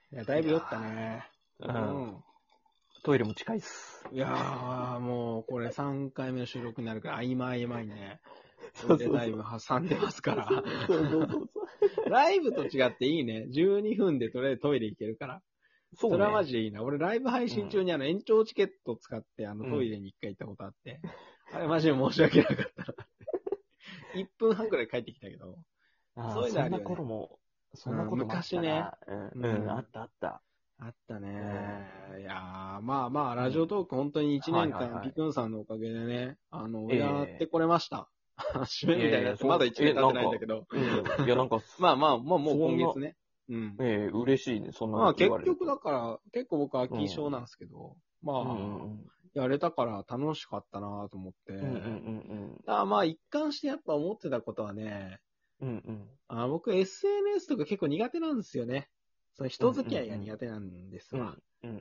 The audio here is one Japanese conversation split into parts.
いや、だいぶ酔ったね。 うん。トイレも近いっす。 いやー、もう、これ3回目の収録になるから、合間にね、 そうトイレタイム挟んでますから。 そう。 ライブと違っていいね。12分でとりあえずトイレ行けるから。 そうね。 それはマジでいいな。俺ライブ配信中に延長チケットを使ってトイレに1回行ったことあって、あれマジで申し訳なかったな。1分半くらい帰ってきたけど。そういうのあるよね。 そんなこともあったな。 昔ね。 あった。 あったね。いやー、まあ、ラジオトーク本当に1年間、ピクンさんのおかげでね、やってこれました。締めみたいになって、まだ1年経ってないんだけど。 いや、なんか、 まあ、もう今月ね。 嬉しいね、そんなまあ結言われると。 局だから、結構僕は飽き性なんですけど、まあ、やれたから楽しかったなと思って。まあ一貫してやっぱ思ってたことはね、僕 SNS とか結構苦手なんですよね。その人付き合いが苦手なんですわ。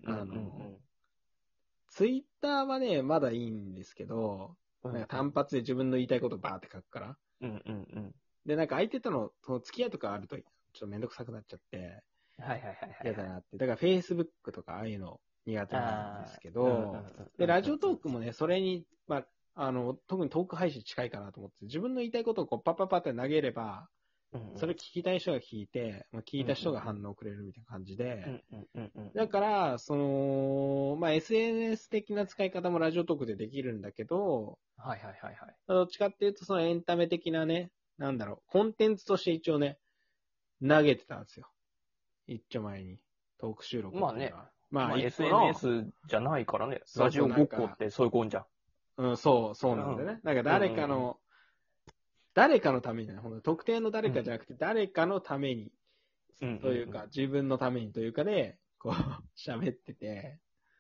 ツイッターはね、まだいいんですけど、なんか単発で自分の言いたいことバーって書くから。で、なんか相手との付き合いとかあると、ちょっとめんどくさくなっちゃって、嫌だなって。だから Facebook とかああいうの苦手なんですけど、で、ラジオトークもね、それに、まあ、特にトーク配信近いかなと思って、自分の言いたいことをこうパッパッパって投げれば、それ聞きたい人が聞いて、まあ、聞いた人が反応をくれるみたいな感じで、だから、まあ、SNS 的な使い方もラジオトークでできるんだけど、どっちかっていうと、そのエンタメ的なね、コンテンツとして一応ね、投げてたんですよ。一丁前に。トーク収録っていうのは。 まあ SNS じゃないからね。ラジオごっこってそういうこんじゃん。 そうなんだよね。なんか誰かのためにね、特定の誰かじゃなくて、誰かのために、というか、自分のためにというかで、こう、喋ってて、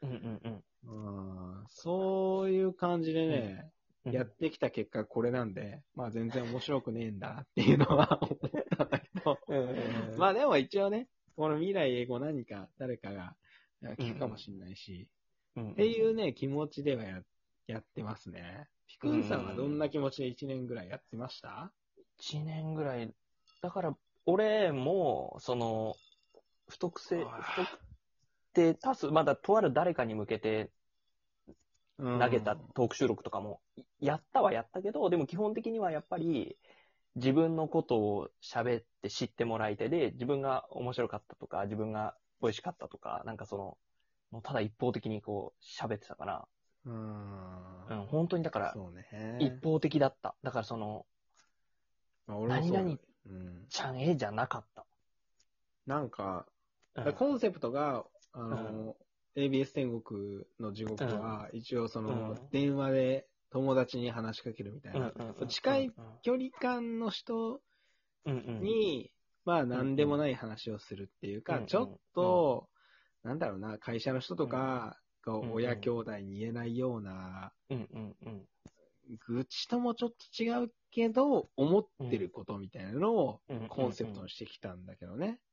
そういう感じでね、やってきた結果これなんで、まあ全然面白くねえんだっていうのは思ったんだけど、まあでも一応ね、この未来英語何か誰かが聞くかもしれないし、っていうね、気持ちではやってますね。ピクンさんはどんな気持ちで1年ぐらいやってました？ 1 年ぐらい。だから、俺も、不特定多数、まだとある誰かに向けて投げたトーク収録とかも、やったけど、でも基本的にはやっぱり、自分のことを喋って知ってもらい手で、自分が面白かったとか、自分が美味しかったとか、なんかもうただ一方的にこう喋ってたから、本当にだから、一方的だった。だから何々ちゃんじゃなかった。 なんか、コンセプトが、ABS 天国の地獄は、一応電話で友達に話しかけるみたいな、近い距離感の人に、まあ何でもない話をするっていうか、ちょっと、なんだろうな、会社の人とか、親兄弟に言えないような、愚痴ともちょっと違うけど、思ってることみたいなのをコンセプトにしてきたんだけどね。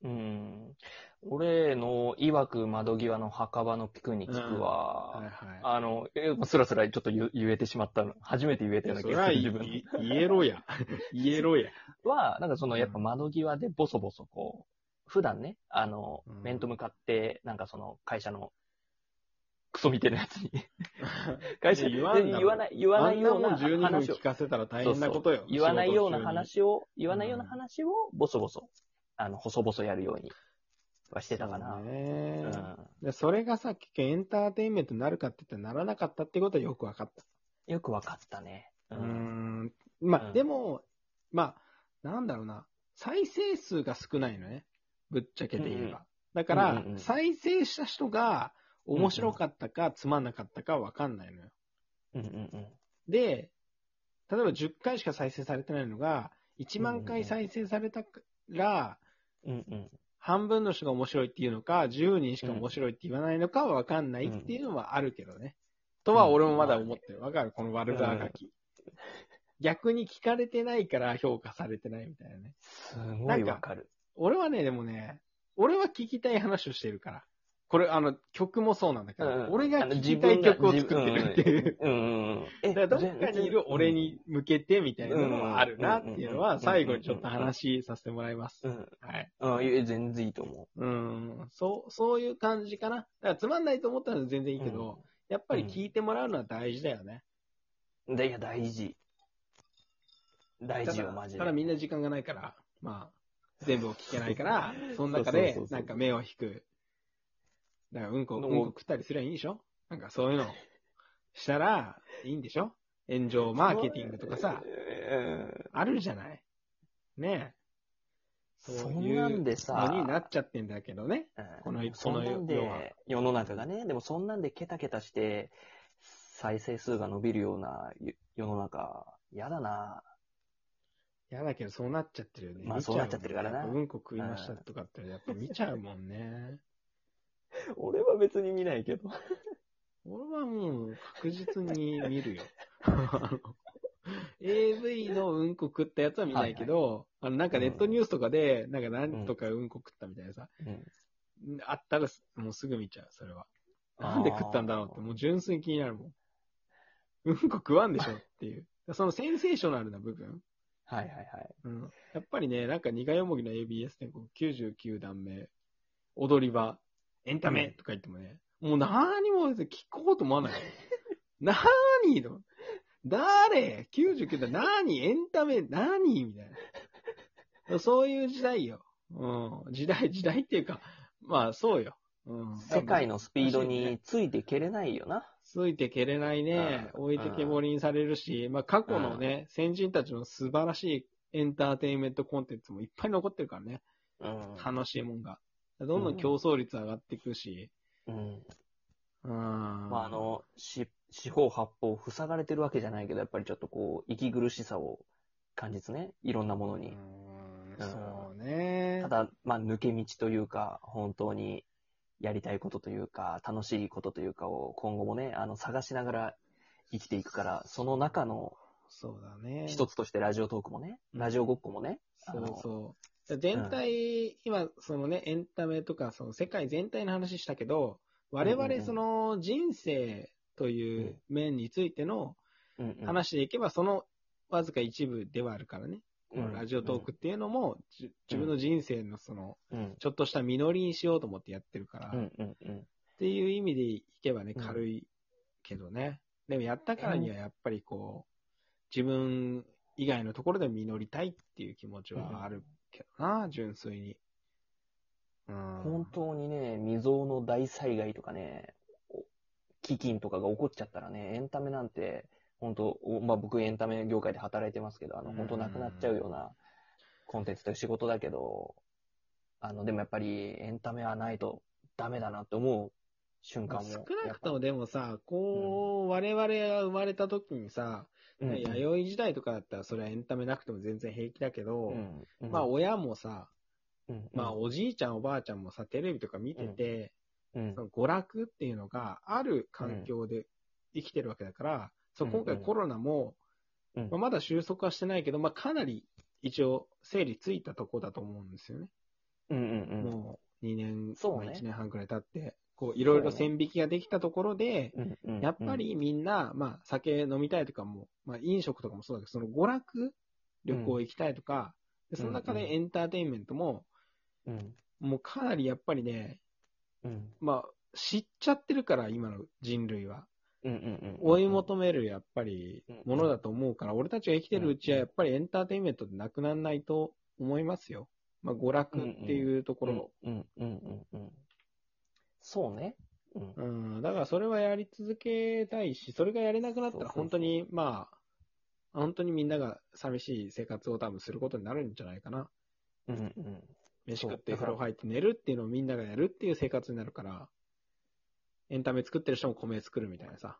俺の曰く窓際の墓場のピクニックは、スラスラちょっと言えてしまったの。初めて言えたような気がする、自分。 言えろや。言えろや。 は、なんかやっぱ窓際でボソボソこう、普段ね、面と向かって、なんか会社のクソみたいなやつに会社言わないような話を聞かせたら大変なことよ。 言わないような話をボソボソ、細々やるようにはしてたかな。 でそれがさ、結局エンターテインメントになるかって言ったらならなかったってことはよくわかった。 よくわかったね。 まあ、でも、まあ、なんだろうな。再生数が少ないのね。ぶっちゃけて言えば。だから、再生した人が面白かったかつまんなかったかわかんないのよ。で、例えば10回しか再生されてないのが、1万回再生されたら、半分の人が面白いっていうのか、10人しか面白いって言わないのかはわかんないっていうのはあるけどね。とは俺もまだ思ってる。わかる？この悪だ書き。逆に聞かれてないから評価されてないみたいなね。 すごいわかる。 俺はね、でもね、俺は聞きたい話をしてるから。これ、曲もそうなんだけど、俺が聞きたい曲を作ってるっていう。だからどっかにいる俺に向けてみたいなのもあるなっていうのは、最後にちょっと話させてもらいます。 はい。 全然いいと思そういう感じかな。だからつまんないと思ったら全然いいけど、やっぱり聞いてもらうのは大事だよね。 いや、大事。大事よ、マジで。 ただみんな時間がないから、まあ、全部を聞けないから、その中で、なんか目を引く。だからうんこ食ったりすりゃいいんでしょ？なんかそういうのしたらいいんでしょ？炎上マーケティングとかさ、あるじゃない。ねえ。 そんなんでさ、 のになっちゃってんだけどね。この世の中がね、でもそんなんでケタケタして、再生数が伸びるような世の中、やだな。 やだけどそうなっちゃってるよね。 まあそうなっちゃってるからな。 うんこ食いましたとかってやっぱ見ちゃうもんね。 俺は別に見ないけど。 俺はもう確実に見るよ。AV のうんこ食ったやつは見ないけど、なんかネットニュースとかで、なんか何とかうんこ食ったみたいなさ、あったらもうすぐ見ちゃう、それは。なんで食ったんだろうって、もう純粋に気になるもん。うんこ食わんでしょっていう。そのセンセーショナルな部分。 はいはいはい。 やっぱりね、なんか苦よもぎの ABS で99段目、踊り場、エンタメとか言ってもね、もう何も聞こうと思わない。何の誰 ?99 だ。何エンタメ何みたいな。そういう時代よ。時代っていうか、まあそうよ。 世界のスピードについてけれないよな。 ついてけれないね。置いてけぼりにされるし、まあ過去のね、先人たちの素晴らしいエンターテインメントコンテンツもいっぱい残ってるからね。楽しいもんが。どんどん競争率上がっていくし。 まあ四方八方塞がれてるわけじゃないけど、やっぱりちょっとこう、息苦しさを感じつね。いろんなものに。 そうね。 ただ、まあ抜け道というか、本当にやりたいことというか、楽しいことというかを今後もね、探しながら生きていくから、その中の、 そうだね。 一つとしてラジオトークもね、ラジオごっこもね。 そう。全体、今、そのね、エンタメとか、その世界全体の話したけど、我々、その人生という面についての話でいけば、そのわずか一部ではあるからね。このラジオトークっていうのも、自分の人生のその、ちょっとした実りにしようと思ってやってるから、っていう意味でいけばね、軽いけどね。でもやったからにはやっぱりこう、自分以外のところで実りたいっていう気持ちはあるけどな、純粋に。 本当にね、未曾有の大災害とかね、飢饉とかが起こっちゃったらね、エンタメなんて、本当、まあ僕エンタメ業界で働いてますけど、本当なくなっちゃうようなコンテンツという仕事だけど、でもやっぱりエンタメはないとダメだなって思う瞬間も。 少なくともでもさ、こう、我々が生まれた時にさ、弥生時代とかだったらそれはエンタメなくても全然平気だけど、まあ親もさ、まあおじいちゃんおばあちゃんもさ、テレビとか見てて、その娯楽っていうのがある環境で生きてるわけだから、今回コロナも、まだ収束はしてないけど、まあかなり一応整理ついたとこだと思うんですよね。もう2年、1年半くらい経って、こういろいろ線引きができたところで、やっぱりみんな、まあ酒飲みたいとかも、まあ飲食とかもそうだけど、その娯楽、旅行行きたいとか、その中でエンターテインメントも、もうかなりやっぱりね、まあ知っちゃってるから、今の人類は。追い求めるやっぱりものだと思うから、俺たちが生きてるうちはやっぱりエンターテインメントってなくならないと思いますよ。まあ娯楽っていうところ。 そうね。 だからそれはやり続けたいし、それがやれなくなったら本当に、まあ、本当にみんなが寂しい生活を多分することになるんじゃないかな。飯食って風呂入って寝るっていうのをみんながやるっていう生活になるから、エンタメ作ってる人も米作るみたいなさ。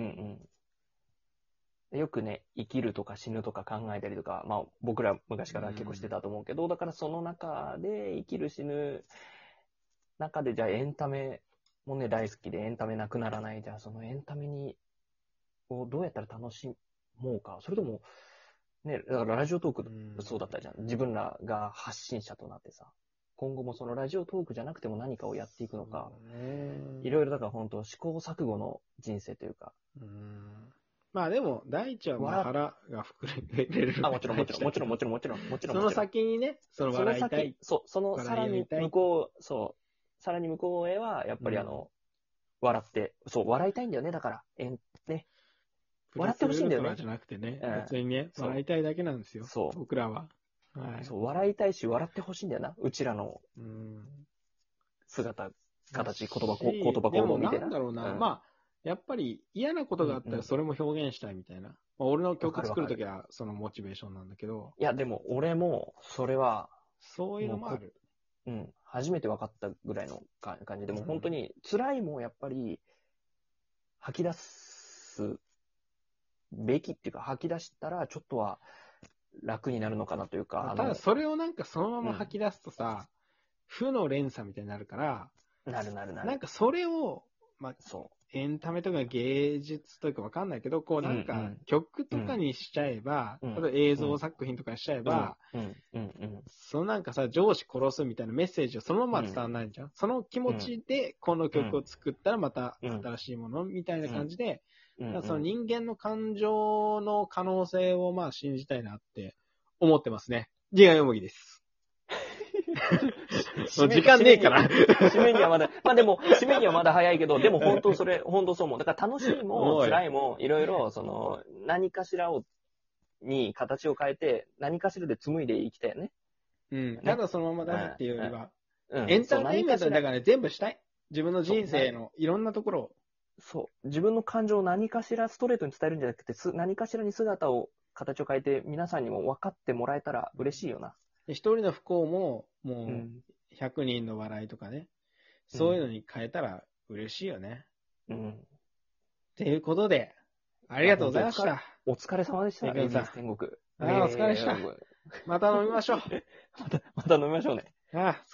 よくね、生きるとか死ぬとか考えたりとか、まあ僕ら昔から結構してたと思うけど、だからその中で生きる死ぬ中で、じゃあエンタメもね、大好きでエンタメなくならない。じゃあそのエンタメをどうやったら楽しもうか。それとも、ね、だからラジオトークそうだったじゃん。自分らが発信者となってさ。今後もそのラジオトークじゃなくても何かをやっていくのか。いろいろだから本当試行錯誤の人生というか。 まあでも、第一はまあ腹が膨れる。 あ、もちろん。 その先にね、その笑いたい。 そう、そのさらに向こう、そう、さらに向こうへは、やっぱり笑って、そう、笑いたいんだよね、だから。ね。笑ってほしいんだよね。 じゃなくてね、別にね、笑いたいだけなんですよ。そう。僕らは。 はい。そう、笑いたいし、笑ってほしいんだよな。うちらの姿、形、言葉、行動みたいな。 なんだろうな。まあ、やっぱり嫌なことがあったらそれも表現したいみたいな。まあ、俺の曲作るときはそのモチベーションなんだけど。 いや、でも俺も、それは、 そういうのもある。 うん。初めて分かったぐらいの感じで、も本当に辛いもやっぱり吐き出すべきっていうか、吐き出したらちょっとは楽になるのかなというか。 ただそれをなんかそのまま吐き出すとさ、負の連鎖みたいになるから、 なる。 なんかそれを、まあ、エンタメとか芸術というかわかんないけど、こうなんか曲とかにしちゃえば、例えば映像作品とかにしちゃえば、そのなんかさ、上司殺すみたいなメッセージをそのまま伝わんないじゃん。その気持ちでこの曲を作ったらまた新しいものみたいな感じで、その人間の感情の可能性をまあ信じたいなって思ってますね。自我よもぎです。もう時間ねえから。 締めにはまだ、まあでも、締めにはまだ早いけど、でも本当そう思う。だから楽しいも辛いも、いろいろ、何かしらに形を変えて、何かしらで紡いでいきたいよね。 うん。ただそのまま出すっていうよりは、エンターテインメントだから全部したい。自分の人生のいろんなところを。 そう。自分の感情を何かしらストレートに伝えるんじゃなくて、何かしらに形を変えて、皆さんにも分かってもらえたら嬉しいよな。 一人の不幸も、もう、100人の笑いとかね、そういうのに変えたら嬉しいよね。っていうことで、ありがとうございました。 お疲れ様でした、天国。 お疲れでした。また飲みましょう。 また飲みましょうね。